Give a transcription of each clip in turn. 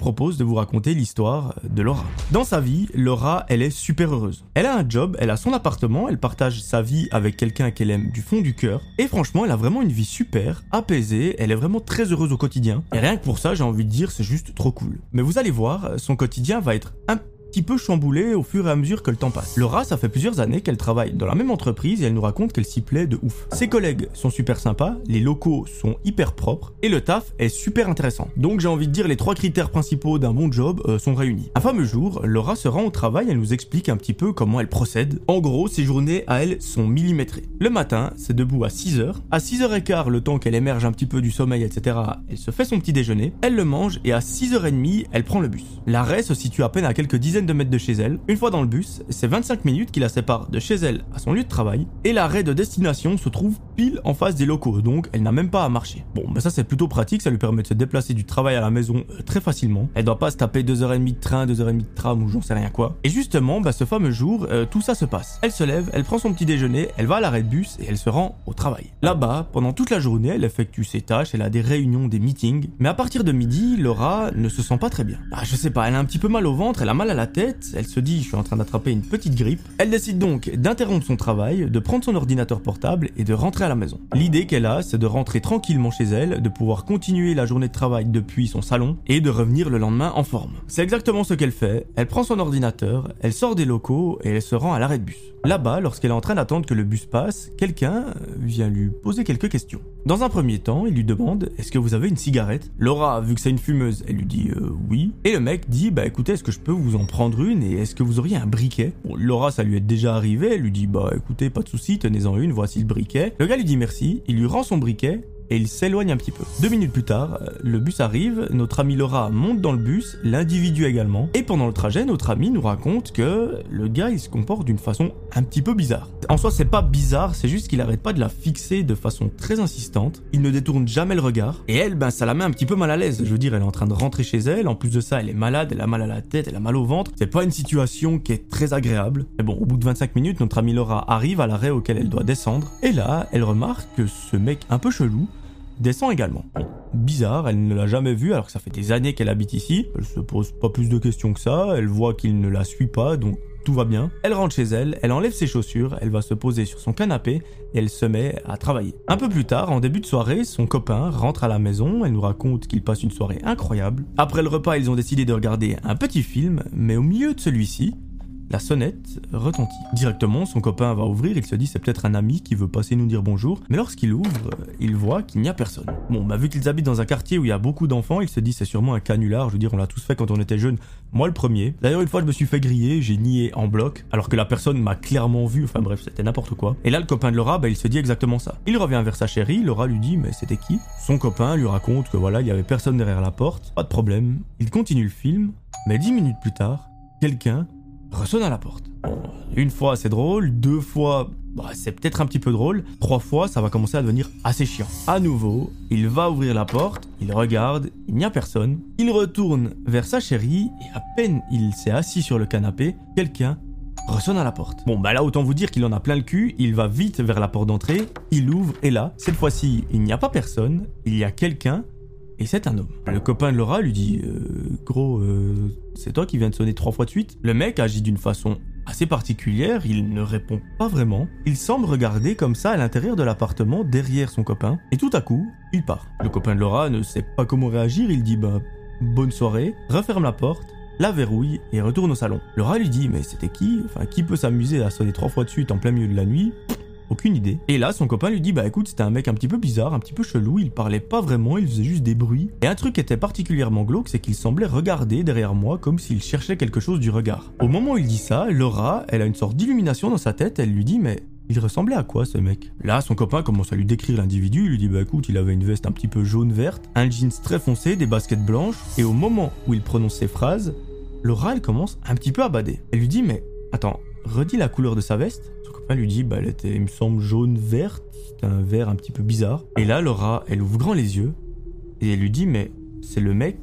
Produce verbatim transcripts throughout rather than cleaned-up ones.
propose de vous raconter l'histoire de Laura. Dans sa vie, Laura, elle est super heureuse. Elle a un job, elle a son appartement, elle partage sa vie avec quelqu'un qu'elle aime du fond du cœur. Et franchement, elle a vraiment une vie super, apaisée, elle est vraiment très heureuse au quotidien. Et rien que pour ça, j'ai envie de dire, c'est juste trop cool. Mais vous allez voir, son quotidien va être un petit peu chamboulé au fur et à mesure que le temps passe. Laura, ça fait plusieurs années qu'elle travaille dans la même entreprise et elle nous raconte qu'elle s'y plaît de ouf. Ses collègues sont super sympas, les locaux sont hyper propres et le taf est super intéressant. Donc j'ai envie de dire les trois critères principaux d'un bon job euh, sont réunis. Un fameux jour, Laura se rend au travail, elle nous explique un petit peu comment elle procède. En gros, ses journées à elle sont millimétrées. Le matin, c'est debout à six heures. À six heures quinze, le temps qu'elle émerge un petit peu du sommeil, et cetera, elle se fait son petit déjeuner, elle le mange et à six heures trente, elle prend le bus. L'arrêt se situe à peine à quelques dizaines de mètres de chez elle. Une fois dans le bus, c'est vingt-cinq minutes qui la séparent de chez elle à son lieu de travail et l'arrêt de destination se trouve pile en face des locaux, donc elle n'a même pas à marcher. Bon, mais ça c'est plutôt pratique, ça lui permet de se déplacer du travail à la maison euh, très facilement. Elle doit pas se taper deux heures trente de train, deux heures trente de tram ou j'en sais rien quoi. Et justement, bah, ce fameux jour, euh, tout ça se passe. Elle se lève, elle prend son petit déjeuner, elle va à l'arrêt de bus et elle se rend au travail. Là-bas, pendant toute la journée, elle effectue ses tâches, elle a des réunions, des meetings, mais à partir de midi, Laura ne se sent pas très bien. Ah, je sais pas, elle a un petit peu mal au ventre, elle a mal à la tête, elle se dit je suis en train d'attraper une petite grippe. Elle décide donc d'interrompre son travail, de prendre son ordinateur portable et de rentrer à la maison. L'idée qu'elle a, c'est de rentrer tranquillement chez elle, de pouvoir continuer la journée de travail depuis son salon et de revenir le lendemain en forme. C'est exactement ce qu'elle fait, elle prend son ordinateur, elle sort des locaux et elle se rend à l'arrêt de bus. Là-bas, lorsqu'elle est en train d'attendre que le bus passe, quelqu'un vient lui poser quelques questions. Dans un premier temps, il lui demande « Est-ce que vous avez une cigarette ?» Laura, vu que c'est une fumeuse, elle lui dit euh, « Oui ». Et le mec dit « Bah écoutez, est-ce que je peux vous en prendre une et est-ce que vous auriez un briquet ?» Bon, Laura, ça lui est déjà arrivé, elle lui dit « Bah écoutez, pas de souci, tenez-en une, voici le briquet ». Le gars lui dit merci, il lui rend son briquet et il s'éloigne un petit peu. Deux minutes plus tard, le bus arrive, notre amie Laura monte dans le bus, l'individu également, et pendant le trajet, notre amie nous raconte que le gars il se comporte d'une façon un petit peu bizarre. En soi, c'est pas bizarre, c'est juste qu'il arrête pas de la fixer de façon très insistante, il ne détourne jamais le regard, et elle, ben ça la met un petit peu mal à l'aise. Je veux dire, elle est en train de rentrer chez elle, en plus de ça, elle est malade, elle a mal à la tête, elle a mal au ventre, c'est pas une situation qui est très agréable. Mais bon, au bout de vingt-cinq minutes, notre amie Laura arrive à l'arrêt auquel elle doit descendre, et là, elle remarque que ce mec un peu chelou descend également. Bon, bizarre, elle ne l'a jamais vu alors que ça fait des années qu'elle habite ici. Elle se pose pas plus de questions que ça, elle voit qu'il ne la suit pas, donc tout va bien. Elle rentre chez elle, elle enlève ses chaussures, elle va se poser sur son canapé et elle se met à travailler. Un peu plus tard, en début de soirée, son copain rentre à la maison, elle nous raconte qu'il passe une soirée incroyable. Après le repas, ils ont décidé de regarder un petit film, mais au milieu de celui-ci, la sonnette retentit. Directement, son copain va ouvrir, il se dit c'est peut-être un ami qui veut passer nous dire bonjour, mais lorsqu'il ouvre, il voit qu'il n'y a personne. Bon, bah vu qu'ils habitent dans un quartier où il y a beaucoup d'enfants, il se dit c'est sûrement un canular, je veux dire on l'a tous fait quand on était jeune, moi le premier. D'ailleurs une fois je me suis fait griller, j'ai nié en bloc, alors que la personne m'a clairement vu, enfin bref c'était n'importe quoi. Et là le copain de Laura, bah il se dit exactement ça. Il revient vers sa chérie, Laura lui dit mais c'était qui? Son copain lui raconte que voilà, il y avait personne derrière la porte, pas de problème. Il continue le film, mais dix minutes plus tard, quelqu'un ressonne à la porte. Bon, une fois c'est drôle, deux fois bah, c'est peut-être un petit peu drôle, trois fois ça va commencer à devenir assez chiant. À nouveau, il va ouvrir la porte, il regarde, il n'y a personne, il retourne vers sa chérie et à peine il s'est assis sur le canapé, quelqu'un ressonne à la porte. Bon bah là autant vous dire qu'il en a plein le cul, il va vite vers la porte d'entrée, il ouvre et là, cette fois-ci il n'y a pas personne, il y a quelqu'un et c'est un homme. Le copain de Laura lui dit euh, « Gros, euh, c'est toi qui viens de sonner trois fois de suite ?» Le mec agit d'une façon assez particulière, il ne répond pas vraiment. Il semble regarder comme ça à l'intérieur de l'appartement derrière son copain et tout à coup, il part. Le copain de Laura ne sait pas comment réagir, il dit « Bah, bonne soirée », referme la porte, la verrouille et retourne au salon. Laura lui dit « Mais c'était qui? Enfin, qui peut s'amuser à sonner trois fois de suite en plein milieu de la nuit ?» Aucune idée. Et là, son copain lui dit bah écoute, c'était un mec un petit peu bizarre, un petit peu chelou, il parlait pas vraiment, il faisait juste des bruits. Et un truc qui était particulièrement glauque, c'est qu'il semblait regarder derrière moi comme s'il cherchait quelque chose du regard. Au moment où il dit ça, Laura, elle a une sorte d'illumination dans sa tête, elle lui dit mais il ressemblait à quoi ce mec? Là, son copain commence à lui décrire l'individu, il lui dit bah écoute, il avait une veste un petit peu jaune-verte, un jeans très foncé, des baskets blanches, et au moment où il prononce ces phrases, Laura, elle commence un petit peu à bader. Elle lui dit mais attends, redis la couleur de sa veste. Son copain lui dit bah elle était, il me semble, jaune-verte, c'était un vert un petit peu bizarre. Et là, Laura, elle ouvre grand les yeux et elle lui dit mais c'est le mec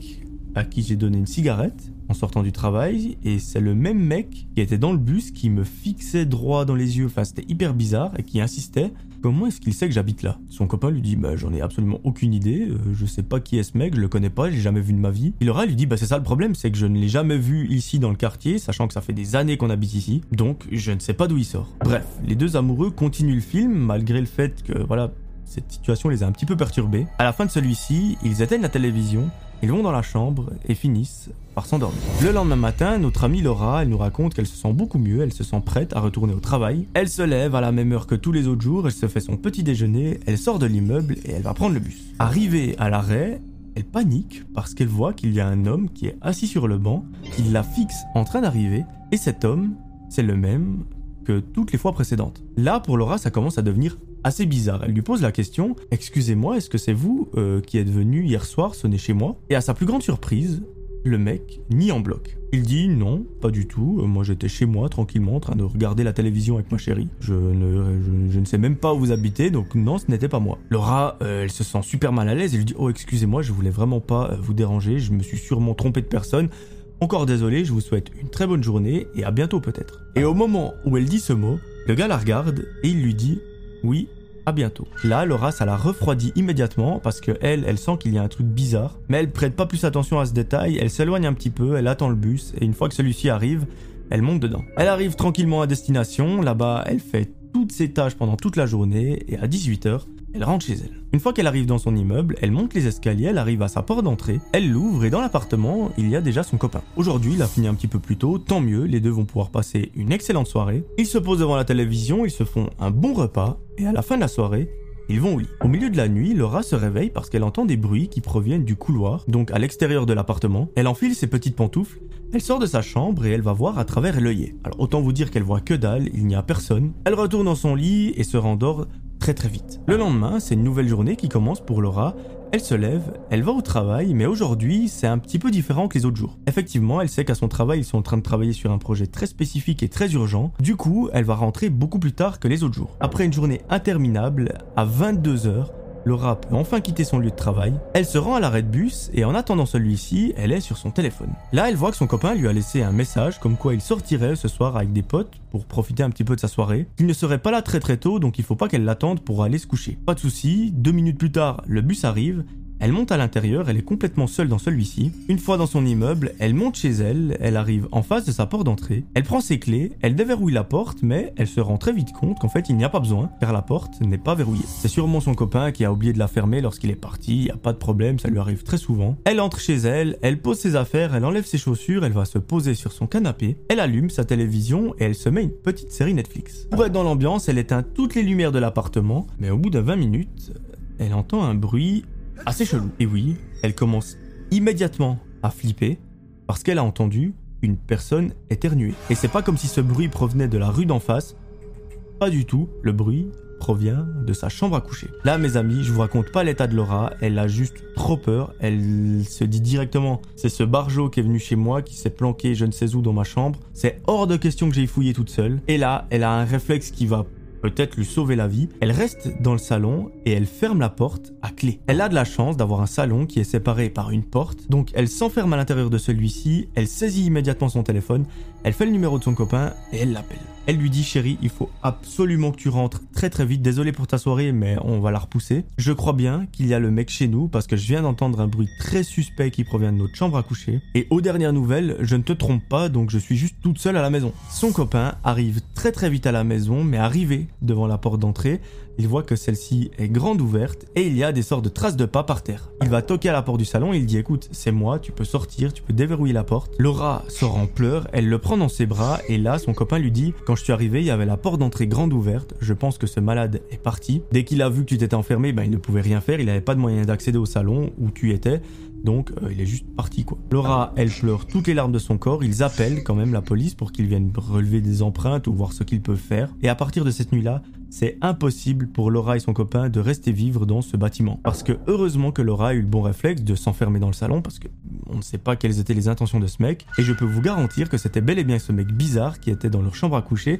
à qui j'ai donné une cigarette en sortant du travail, et c'est le même mec qui était dans le bus qui me fixait droit dans les yeux, enfin c'était hyper bizarre, et qui insistait. Comment est-ce qu'il sait que j'habite là? Son copain lui dit bah j'en ai absolument aucune idée, euh, je sais pas qui est ce mec, je le connais pas, je l'ai jamais vu de ma vie. Et Laura lui dit bah c'est ça le problème, c'est que je ne l'ai jamais vu ici dans le quartier, sachant que ça fait des années qu'on habite ici, donc je ne sais pas d'où il sort. Bref, les deux amoureux continuent le film malgré le fait que voilà, cette situation les a un petit peu perturbés. À la fin de celui-ci, ils éteignent la télévision, ils vont dans la chambre et finissent par s'endormir. Le lendemain matin, notre amie Laura, elle nous raconte qu'elle se sent beaucoup mieux, elle se sent prête à retourner au travail. Elle se lève à la même heure que tous les autres jours, elle se fait son petit déjeuner, elle sort de l'immeuble et elle va prendre le bus. Arrivée à l'arrêt, elle panique parce qu'elle voit qu'il y a un homme qui est assis sur le banc, il la fixe en train d'arriver, et cet homme, c'est le même que toutes les fois précédentes. Là, pour Laura, ça commence à devenir assez bizarre. Elle lui pose la question « Excusez-moi, est-ce que c'est vous euh, qui êtes venu hier soir sonner chez moi ?» Et à sa plus grande surprise, le mec nie en bloc. Il dit « Non, pas du tout. Moi, j'étais chez moi, tranquillement, en train de regarder la télévision avec ma chérie. Je ne, je, je ne sais même pas où vous habitez, donc non, ce n'était pas moi. » Laura, euh, elle se sent super mal à l'aise. Elle lui dit « Oh, excusez-moi, je voulais vraiment pas vous déranger. Je me suis sûrement trompé de personne. Encore désolé, je vous souhaite une très bonne journée et à bientôt peut-être. » Et au moment où elle dit ce mot, le gars la regarde et il lui dit « Oui, à bientôt. » Là, Laura, ça la refroidit immédiatement parce que elle, elle sent qu'il y a un truc bizarre, mais elle prête pas plus attention à ce détail, elle s'éloigne un petit peu, elle attend le bus et une fois que celui-ci arrive, elle monte dedans. Elle arrive tranquillement à destination, là-bas, elle fait toutes ses tâches pendant toute la journée et à dix-huit heures, elle rentre chez elle. Une fois qu'elle arrive dans son immeuble, elle monte les escaliers, elle arrive à sa porte d'entrée, elle l'ouvre et dans l'appartement, il y a déjà son copain. Aujourd'hui, il a fini un petit peu plus tôt, tant mieux, les deux vont pouvoir passer une excellente soirée. Ils se posent devant la télévision, ils se font un bon repas et à la fin de la soirée, ils vont au lit. Au milieu de la nuit, Laura se réveille parce qu'elle entend des bruits qui proviennent du couloir, donc à l'extérieur de l'appartement. Elle enfile ses petites pantoufles, elle sort de sa chambre et elle va voir à travers l'œillet. Alors autant vous dire qu'elle voit que dalle, il n'y a personne. Elle retourne dans son lit et se rendort très très vite. Le lendemain, c'est une nouvelle journée qui commence pour Laura. Elle se lève, elle va au travail, mais aujourd'hui, c'est un petit peu différent que les autres jours. Effectivement, elle sait qu'à son travail, ils sont en train de travailler sur un projet très spécifique et très urgent. Du coup, elle va rentrer beaucoup plus tard que les autres jours. Après une journée interminable, à vingt-deux heures, Laura peut enfin quitter son lieu de travail. Elle se rend à l'arrêt de bus et en attendant celui-ci, elle est sur son téléphone. Là, elle voit que son copain lui a laissé un message comme quoi il sortirait ce soir avec des potes pour profiter un petit peu de sa soirée. Il ne serait pas là très très tôt, donc il faut pas qu'elle l'attende pour aller se coucher. Pas de souci, deux minutes plus tard, le bus arrive. Elle monte à l'intérieur, elle est complètement seule dans celui-ci. Une fois dans son immeuble, elle monte chez elle, elle arrive en face de sa porte d'entrée, elle prend ses clés, elle déverrouille la porte, mais elle se rend très vite compte qu'en fait il n'y a pas besoin, car la porte n'est pas verrouillée. C'est sûrement son copain qui a oublié de la fermer lorsqu'il est parti, il n'y a pas de problème, ça lui arrive très souvent. Elle entre chez elle, elle pose ses affaires, elle enlève ses chaussures, elle va se poser sur son canapé, elle allume sa télévision et elle se met une petite série Netflix. Pour être dans l'ambiance, elle éteint toutes les lumières de l'appartement, mais au bout de vingt minutes, elle entend un bruit assez chelou. Et oui, elle commence immédiatement à flipper parce qu'elle a entendu une personne éternuer. Et c'est pas comme si ce bruit provenait de la rue d'en face. Pas du tout, le bruit provient de sa chambre à coucher. Là, mes amis, je vous raconte pas l'état de Laura, elle a juste trop peur, elle se dit directement c'est ce barjot qui est venu chez moi, qui s'est planqué je ne sais où dans ma chambre, c'est hors de question que j'aille fouiller toute seule. Et là, elle a un réflexe qui va peut-être lui sauver la vie. Elle reste dans le salon et elle ferme la porte à clé. Elle a de la chance d'avoir un salon qui est séparé par une porte, donc elle s'enferme à l'intérieur de celui-ci, elle saisit immédiatement son téléphone, elle fait le numéro de son copain et elle l'appelle. Elle lui dit « Chérie, il faut absolument que tu rentres très très vite, désolé pour ta soirée mais on va la repousser. Je crois bien qu'il y a le mec chez nous parce que je viens d'entendre un bruit très suspect qui provient de notre chambre à coucher. Et aux dernières nouvelles, je ne te trompe pas donc je suis juste toute seule à la maison. » Son copain arrive très très vite à la maison, mais arrivé devant la porte d'entrée, il voit que celle-ci est grande ouverte et il y a des sortes de traces de pas par terre. Il va toquer à la porte du salon et il dit « Écoute, c'est moi, tu peux sortir, tu peux déverrouiller la porte. » Laura sort en pleurs, elle le prend dans ses bras et là son copain lui dit « Quand je suis arrivé, il y avait la porte d'entrée grande ouverte, je pense que ce malade est parti. Dès qu'il a vu que tu t'étais enfermé, ben, il ne pouvait rien faire, il n'avait pas de moyen d'accéder au salon où tu étais. » Donc euh, il est juste parti quoi. Laura, elle pleure toutes les larmes de son corps, ils appellent quand même la police pour qu'ils viennent relever des empreintes ou voir ce qu'ils peuvent faire. Et à partir de cette nuit-là, c'est impossible pour Laura et son copain de rester vivre dans ce bâtiment. Parce que heureusement que Laura a eu le bon réflexe de s'enfermer dans le salon parce que on ne sait pas quelles étaient les intentions de ce mec. Et je peux vous garantir que c'était bel et bien ce mec bizarre qui était dans leur chambre à coucher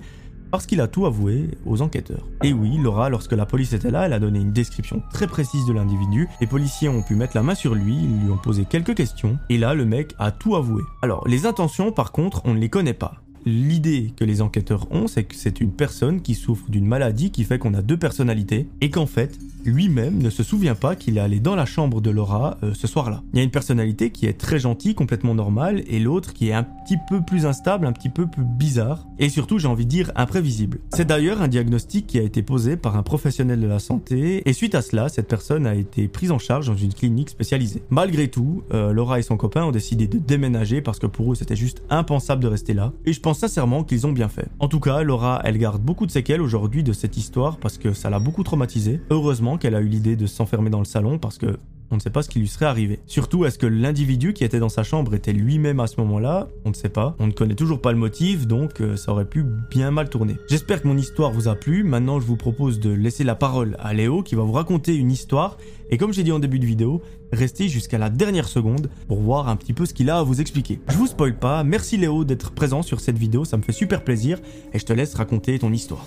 parce qu'il a tout avoué aux enquêteurs. Et oui, Laura, lorsque la police était là, elle a donné une description très précise de l'individu, les policiers ont pu mettre la main sur lui, ils lui ont posé quelques questions, et là le mec a tout avoué. Alors, les intentions par contre, on ne les connaît pas. L'idée que les enquêteurs ont, c'est que c'est une personne qui souffre d'une maladie qui fait qu'on a deux personnalités, et qu'en fait, lui-même ne se souvient pas qu'il est allé dans la chambre de Laura euh, ce soir-là. Il y a une personnalité qui est très gentille, complètement normale, et l'autre qui est un petit peu plus instable, un petit peu plus bizarre, et surtout j'ai envie de dire imprévisible. C'est d'ailleurs un diagnostic qui a été posé par un professionnel de la santé, et suite à cela, cette personne a été prise en charge dans une clinique spécialisée. Malgré tout, euh, Laura et son copain ont décidé de déménager parce que pour eux c'était juste impensable de rester là, et je pense sincèrement qu'ils ont bien fait. En tout cas, Laura, elle garde beaucoup de séquelles aujourd'hui de cette histoire parce que ça l'a beaucoup traumatisée. Heureusement qu'elle a eu l'idée de s'enfermer dans le salon parce que on ne sait pas ce qui lui serait arrivé. Surtout, est-ce que l'individu qui était dans sa chambre était lui-même à ce moment-là? On ne sait pas. On ne connaît toujours pas le motif, donc euh, ça aurait pu bien mal tourner. J'espère que mon histoire vous a plu. Maintenant, je vous propose de laisser la parole à Léo qui va vous raconter une histoire. Et comme j'ai dit en début de vidéo, restez jusqu'à la dernière seconde pour voir un petit peu ce qu'il a à vous expliquer. Je vous spoil pas. Merci Léo d'être présent sur cette vidéo, ça me fait super plaisir. Et je te laisse raconter ton histoire.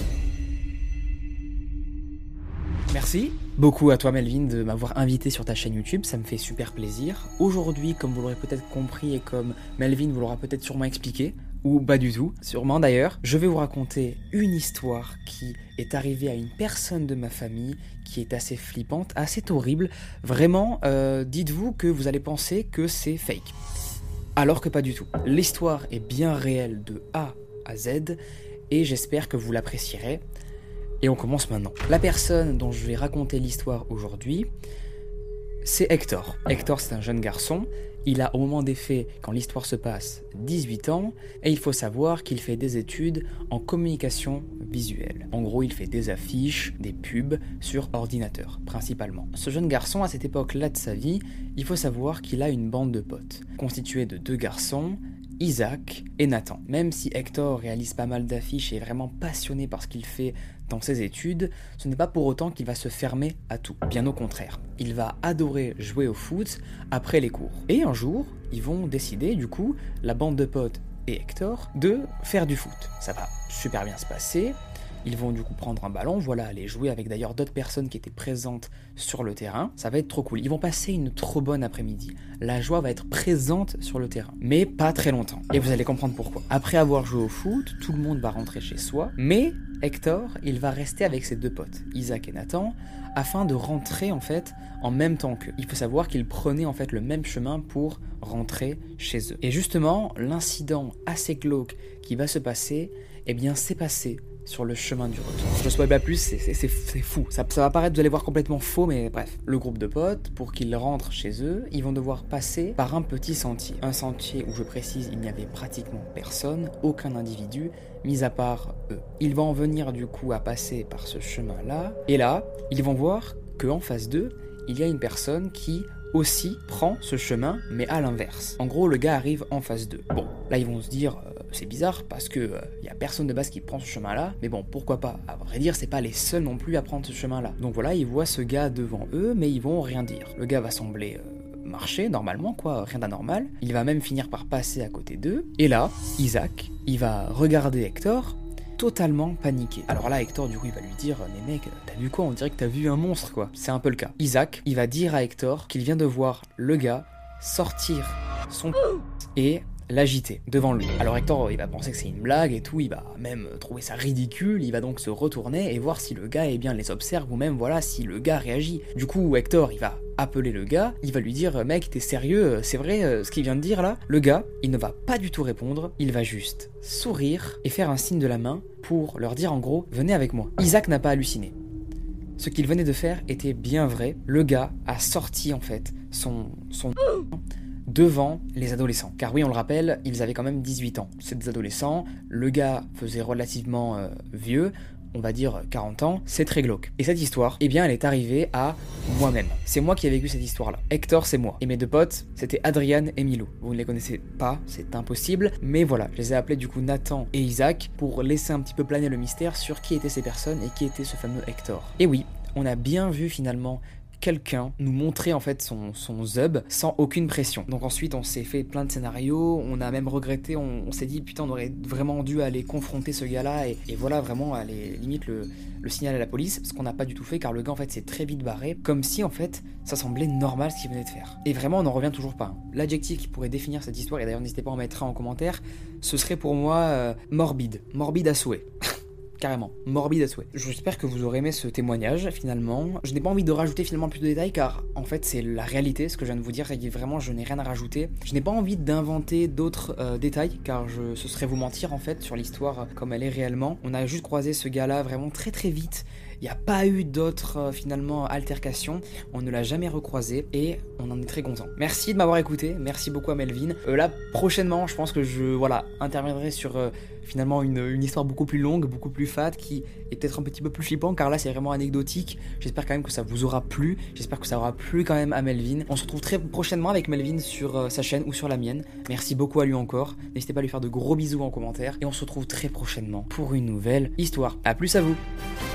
Merci beaucoup à toi Melvin de m'avoir invité sur ta chaîne YouTube, ça me fait super plaisir. Aujourd'hui, comme vous l'aurez peut-être compris et comme Melvin vous l'aura peut-être sûrement expliqué, ou pas du tout, sûrement d'ailleurs, je vais vous raconter une histoire qui est arrivée à une personne de ma famille qui est assez flippante, assez horrible. Vraiment, euh, dites-vous que vous allez penser que c'est fake. Alors que pas du tout. L'histoire est bien réelle de A à Z et j'espère que vous l'apprécierez. Et on commence maintenant. La personne dont je vais raconter l'histoire aujourd'hui, c'est Hector. Hector, c'est un jeune garçon. Il a, au moment des faits, quand l'histoire se passe, dix-huit ans. Et il faut savoir qu'il fait des études en communication visuelle. En gros, il fait des affiches, des pubs sur ordinateur, principalement. Ce jeune garçon, à cette époque-là de sa vie, il faut savoir qu'il a une bande de potes, constituée de deux garçons, Isaac et Nathan. Même si Hector réalise pas mal d'affiches et est vraiment passionné par ce qu'il fait dans ses études, ce n'est pas pour autant qu'il va se fermer à tout. Bien au contraire, il va adorer jouer au foot après les cours. Et un jour, ils vont décider, du coup, la bande de potes et Hector, de faire du foot. Ça va super bien se passer. Ils vont du coup prendre un ballon, voilà, aller jouer avec d'ailleurs d'autres personnes qui étaient présentes sur le terrain. Ça va être trop cool. Ils vont passer une trop bonne après-midi. La joie va être présente sur le terrain, mais pas très longtemps. Et vous allez comprendre pourquoi. Après avoir joué au foot, tout le monde va rentrer chez soi, mais Hector, il va rester avec ses deux potes, Isaac et Nathan, afin de rentrer en fait en même temps qu'eux. Il faut savoir qu'ils prenaient en fait le même chemin pour rentrer chez eux. Et justement, l'incident assez glauque qui va se passer, eh bien c'est passé sur le chemin du retour. Je ne spoil pas plus, c'est fou. Ça, ça va paraître, vous allez voir, complètement faux, mais bref. Le groupe de potes, pour qu'ils rentrent chez eux, ils vont devoir passer par un petit sentier. Un sentier où, je précise, il n'y avait pratiquement personne, aucun individu, mis à part eux. Ils vont en venir du coup à passer par ce chemin-là, et là, ils vont voir qu'en face d'eux, il y a une personne qui aussi prend ce chemin, mais à l'inverse. En gros, le gars arrive en face d'eux. Bon, là ils vont se dire, euh, c'est bizarre parce que euh, y a personne de base qui prend ce chemin-là, mais bon, pourquoi pas. À vrai dire, c'est pas les seuls non plus à prendre ce chemin-là. Donc voilà, ils voient ce gars devant eux, mais ils vont rien dire. Le gars va sembler euh, marcher normalement, quoi, rien d'anormal. Il va même finir par passer à côté d'eux. Et là, Isaac, il va regarder Hector, totalement paniqué. Alors là, Hector, du coup, il va lui dire « Mais mec, t'as vu quoi? On dirait que t'as vu un monstre, quoi. » C'est un peu le cas. Isaac, il va dire à Hector qu'il vient de voir le gars sortir son et l'agiter devant lui. Alors Hector, il va penser que c'est une blague et tout, il va même trouver ça ridicule, il va donc se retourner et voir si le gars, eh bien, les observe ou même, voilà, si le gars réagit. Du coup, Hector, il va appeler le gars, il va lui dire « Mec, t'es sérieux? C'est vrai euh, ce qu'il vient de dire là ?» Le gars, il ne va pas du tout répondre, il va juste sourire et faire un signe de la main pour leur dire en gros « Venez avec moi ». Isaac n'a pas halluciné. Ce qu'il venait de faire était bien vrai. Le gars a sorti en fait son... son devant les adolescents. Car oui, on le rappelle, ils avaient quand même dix-huit ans. C'est des adolescents, le gars faisait relativement euh, vieux, on va dire quarante ans, c'est très glauque. Et cette histoire, eh bien elle est arrivée à moi-même. C'est moi qui ai vécu cette histoire-là. Hector, c'est moi. Et mes deux potes, c'était Adrian et Milo. Vous ne les connaissez pas, c'est impossible, mais voilà, je les ai appelés du coup Nathan et Isaac pour laisser un petit peu planer le mystère sur qui étaient ces personnes et qui était ce fameux Hector. Et oui, on a bien vu finalement quelqu'un nous montrer en fait son, son zub sans aucune pression. Donc ensuite on s'est fait plein de scénarios, on a même regretté, on, on s'est dit putain on aurait vraiment dû aller confronter ce gars-là et, et voilà vraiment aller limite le, le signaler à la police, ce qu'on n'a pas du tout fait car le gars en fait s'est très vite barré, comme si en fait ça semblait normal ce qu'il venait de faire. Et vraiment on n'en revient toujours pas. L'adjectif qui pourrait définir cette histoire, et d'ailleurs n'hésitez pas à en mettre un en commentaire, ce serait pour moi euh, morbide, morbide à souhait. Carrément, morbide à souhait. J'espère que vous aurez aimé ce témoignage finalement. Je n'ai pas envie de rajouter finalement plus de détails car en fait c'est la réalité, ce que je viens de vous dire, et vraiment je n'ai rien à rajouter. Je n'ai pas envie d'inventer d'autres euh, détails car je, ce serait vous mentir en fait sur l'histoire comme elle est réellement. On a juste croisé ce gars-là vraiment très très vite. Il n'y a pas eu d'autres euh, finalement altercations, on ne l'a jamais recroisé et on en est très content. Merci de m'avoir écouté, merci beaucoup à Melvin. Euh, là prochainement je pense que je voilà, interviendrai sur euh, finalement une, une histoire beaucoup plus longue, beaucoup plus fat, qui est peut-être un petit peu plus flippant car là c'est vraiment anecdotique. J'espère quand même que ça vous aura plu, j'espère que ça aura plu quand même à Melvin. On se retrouve très prochainement avec Melvin sur euh, sa chaîne ou sur la mienne. Merci beaucoup à lui encore, n'hésitez pas à lui faire de gros bisous en commentaire et on se retrouve très prochainement pour une nouvelle histoire. A plus à vous.